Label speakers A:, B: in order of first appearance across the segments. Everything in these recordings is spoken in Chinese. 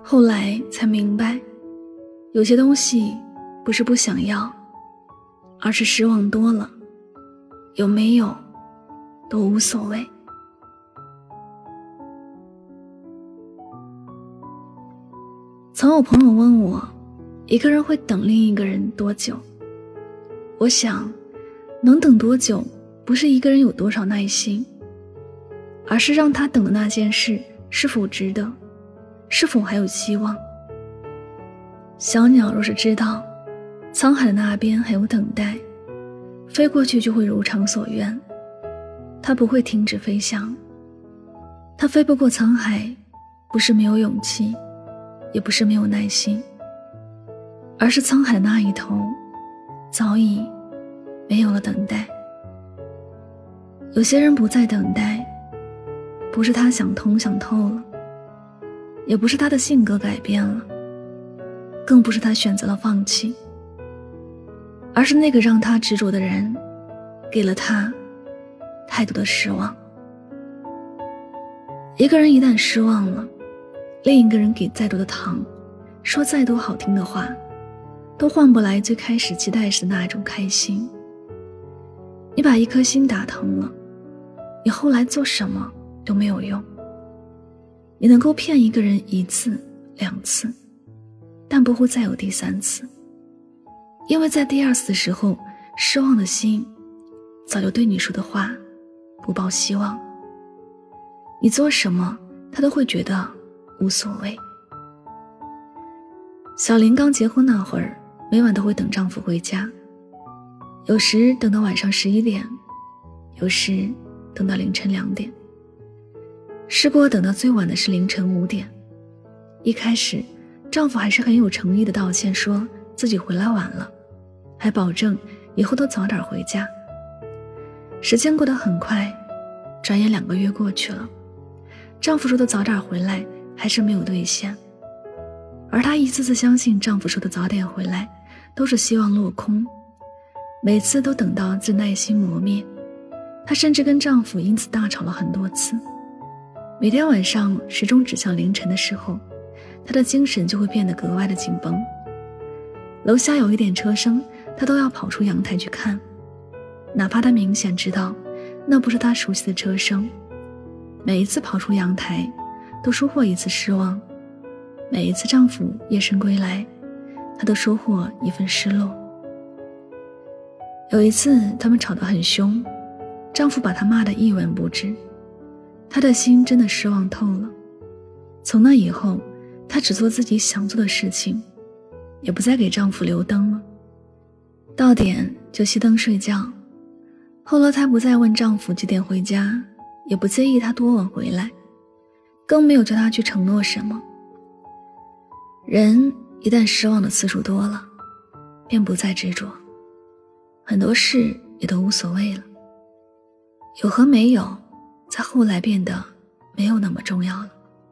A: 后来才明白，有些东西不是不想要，而是失望多了，有没有都无所谓。曾有朋友问我，一个人会等另一个人多久？我想，能等多久，不是一个人有多少耐心，而是让他等的那件事是否值得，是否还有希望。小鸟若是知道沧海的那边还有等待，飞过去就会如偿所愿，它不会停止飞翔。它飞不过沧海，不是没有勇气，也不是没有耐心，而是沧海的那一头早已没有了等待。有些人不再等待，不是他想通想透了，也不是他的性格改变了，更不是他选择了放弃，而是那个让他执着的人给了他太多的失望。一个人一旦失望了，另一个人给再多的糖，说再多好听的话，都换不来最开始期待时的那种开心。你把一颗心打疼了，你后来做什么都没有用。你能够骗一个人一次两次，但不会再有第三次，因为在第二次的时候，失望的心早就对你说的话不抱希望。你做什么他都会觉得无所谓。小林刚结婚那会儿，每晚都会等丈夫回家，有时等到晚上11点，有时等到凌晨2点，试过等到最晚的是凌晨5点。一开始丈夫还是很有诚意的道歉，说自己回来晚了，还保证以后都早点回家。时间过得很快，转眼2个月过去了，丈夫说的早点回来还是没有兑现，而她一次次相信丈夫说的早点回来都是希望落空，每次都等到自耐心磨灭。她甚至跟丈夫因此大吵了很多次，每天晚上时钟指向凌晨的时候，她的精神就会变得格外的紧绷。楼下有一点车声，她都要跑出阳台去看，哪怕她明显知道那不是她熟悉的车声。每一次跑出阳台都收获一次失望，每一次丈夫夜深归来，她都收获一份失落。有一次他们吵得很凶，丈夫把她骂得一文不值，她的心真的失望透了。从那以后，她只做自己想做的事情，也不再给丈夫留灯了，到点就熄灯睡觉。后来她不再问丈夫几点回家，也不介意他多晚回来，更没有叫他去承诺什么。人一旦失望的次数多了，便不再执着，很多事也都无所谓了。有和没有，在后来变得没有那么重要了。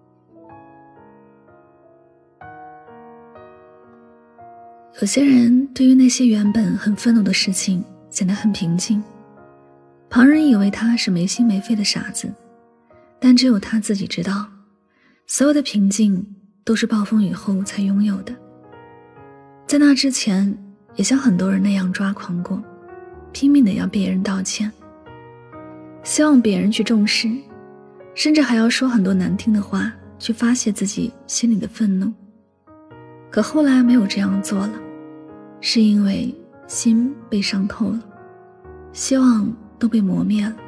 A: 有些人对于那些原本很愤怒的事情显得很平静，旁人以为他是没心没肺的傻子，但只有他自己知道，所有的平静都是暴风雨后才拥有的。在那之前，也像很多人那样抓狂过，拼命地要别人道歉，希望别人去重视，甚至还要说很多难听的话去发泄自己心里的愤怒。可后来没有这样做了，是因为心被伤透了，希望都被磨灭了。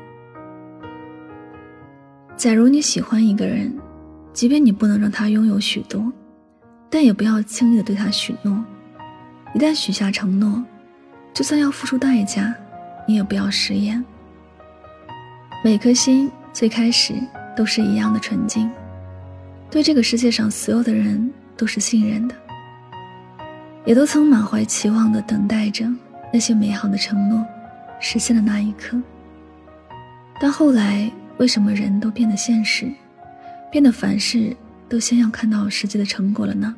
A: 假如你喜欢一个人，即便你不能让他拥有许多，但也不要轻易地对他许诺。一旦许下承诺，就算要付出代价，你也不要食言。每颗心最开始都是一样的纯净，对这个世界上所有的人都是信任的，也都曾满怀期望地等待着那些美好的承诺实现的那一刻。但后来为什么人都变得现实，变得凡事都先要看到实际的成果了呢？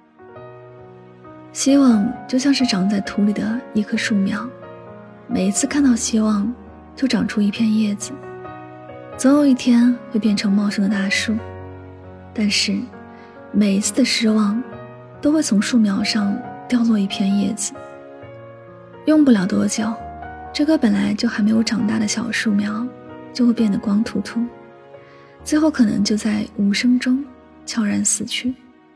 A: 希望就像是长在土里的一棵树苗，每一次看到希望就长出一片叶子，总有一天会变成茂盛的大树。但是每一次的失望都会从树苗上掉落一片叶子，用不了多久，这棵本来就还没有长大的小树苗就会变得光秃秃，最后可能就在无声中悄然死去。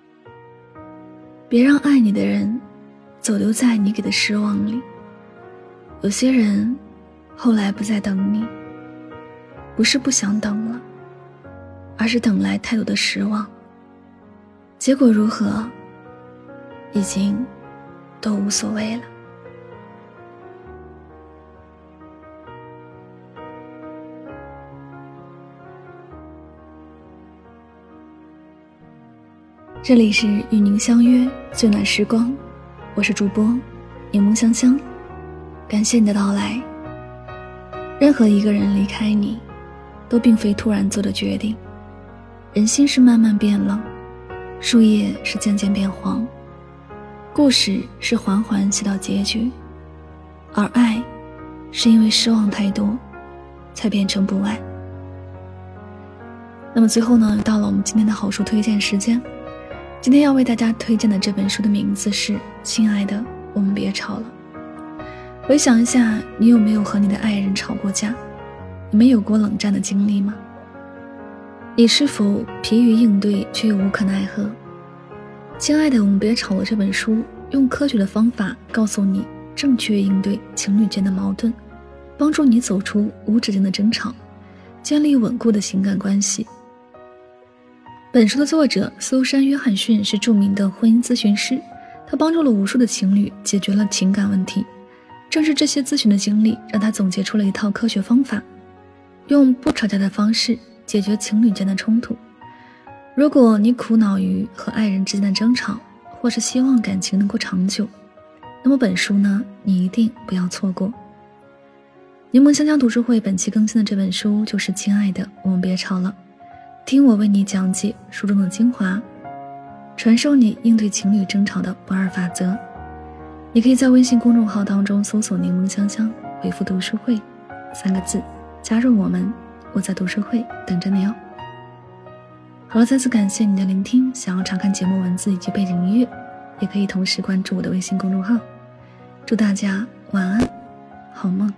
A: 别让爱你的人走留在你给的失望里。有些人后来不再等你，不是不想等了，而是等来太多的失望，结果如何已经都无所谓了。这里是与您相约最暖时光，我是主播柠檬香香，感谢你的到来。任何一个人离开你，都并非突然做的决定。人心是慢慢变冷，树叶是渐渐变黄，故事是缓缓写到结局，而爱是因为失望太多才变成不爱。那么最后呢，到了我们今天的好书推荐时间。今天要为大家推荐的这本书的名字是《亲爱的，我们别吵了》。回想一下，你有没有和你的爱人吵过架？你们有过冷战的经历吗？你是否疲于应对却又无可奈何？亲爱的，我们别吵了这本书用科学的方法告诉你正确应对情侣间的矛盾，帮助你走出无止境的争吵，建立稳固的情感关系。本书的作者苏珊·约翰逊是著名的婚姻咨询师，他帮助了无数的情侣解决了情感问题。正是这些咨询的经历，让他总结出了一套科学方法，用不吵架的方式解决情侣间的冲突。如果你苦恼于和爱人之间的争吵，或是希望感情能够长久，那么本书呢，你一定不要错过。柠檬香香读书会本期更新的这本书就是《亲爱的，我们别吵了》。听我为你讲解书中的精华，传授你应对情侣争吵的不二法则。你可以在微信公众号当中搜索柠檬香香，回复读书会3个字，加入我们，我在读书会等着你哦。好了，再次感谢你的聆听，想要查看节目文字以及背景音乐，也可以同时关注我的微信公众号。祝大家晚安，好梦。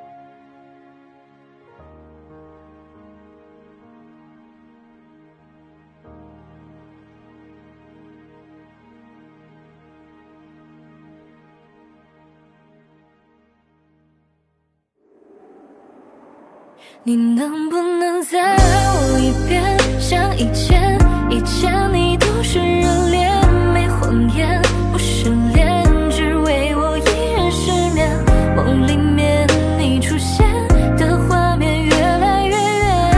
B: 你能不能再爱我一遍，像以前你都是热恋，没谎言，不失恋，只为我依然失眠。梦里面你出现的画面越来越远，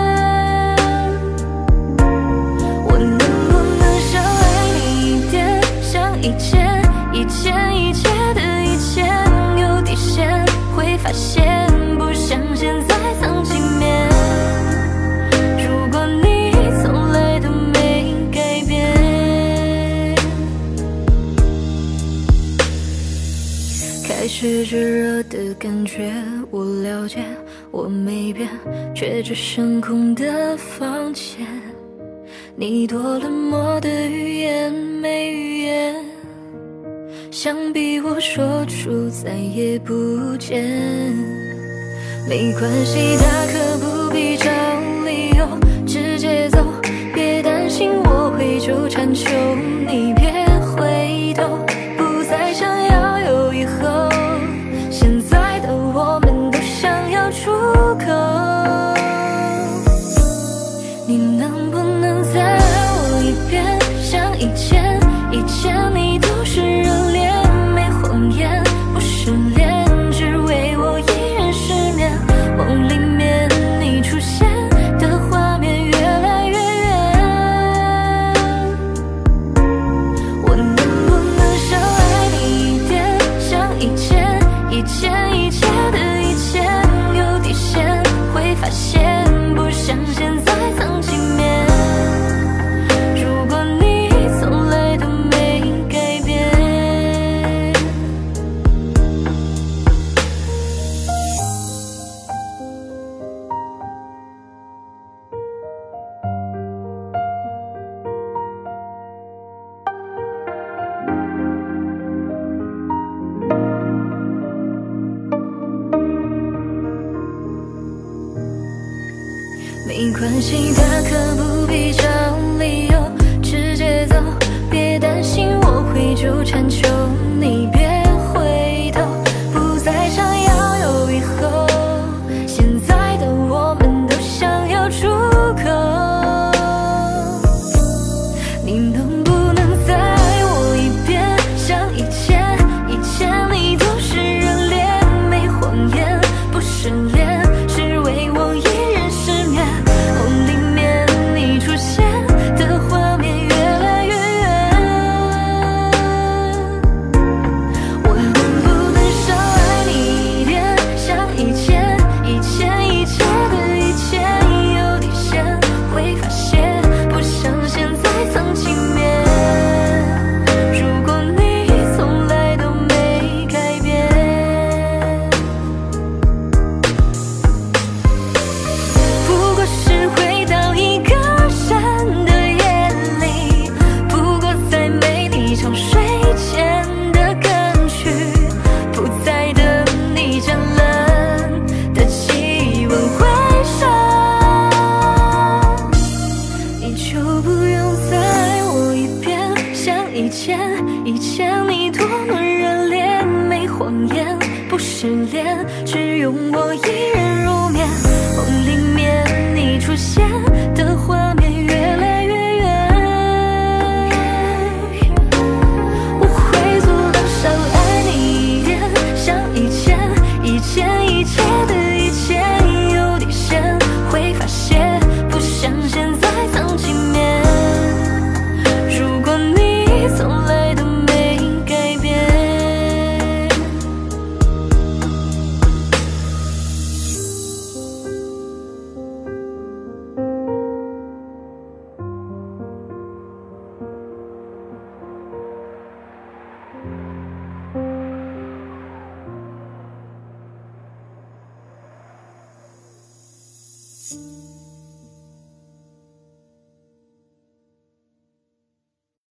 B: 我能不能少爱你一点，像以前的以前，有底线会发现不像现在曾经面。如果你从来都没改变，开始炙热的感觉我了解，我没变，却只剩空的房间。你多冷漠的语言没语言，想逼我说出再也不见。没关系，大可不必找理由，直接走，别担心我会纠缠，求你别回头，不再想要有以后，现在的我们都想要出口。你能不能再爱我一遍，像以前你都是热恋，没谎言，不失恋，只为我依然失眠。梦里面你出现的画面越来越远，我能不能少爱你一点，像以前的以前，有底线会发现不像现在曾经面。如果你从来都没改变， 没关系，大可不必找理由，直接走，别担心我会纠缠，求你别回头，不再想要有以后，现在的我们都想要出口，你能不能再爱我一遍，像以前，以前你都是热恋，没谎言，不失恋，只为我一人失眠，梦里面你出现的画面越来越远，我能不能少爱你一点，像以前，以前一切的一切有底线，会发现不像现在曾经面，如果你从来都没改变，不过是回到一个山的夜里，不过再美丽场睡前的歌曲，不再等你降冷的气温回升，你就不用再爱我一遍，像以前，以前你多么热烈，没谎言，不失恋，只用我一人入眠，梦里面你出现的画面越来越远，我会做到少爱你一点，像以前，以前一切的一切有底线，会发现不像现在曾经面，如果你从来都没改变。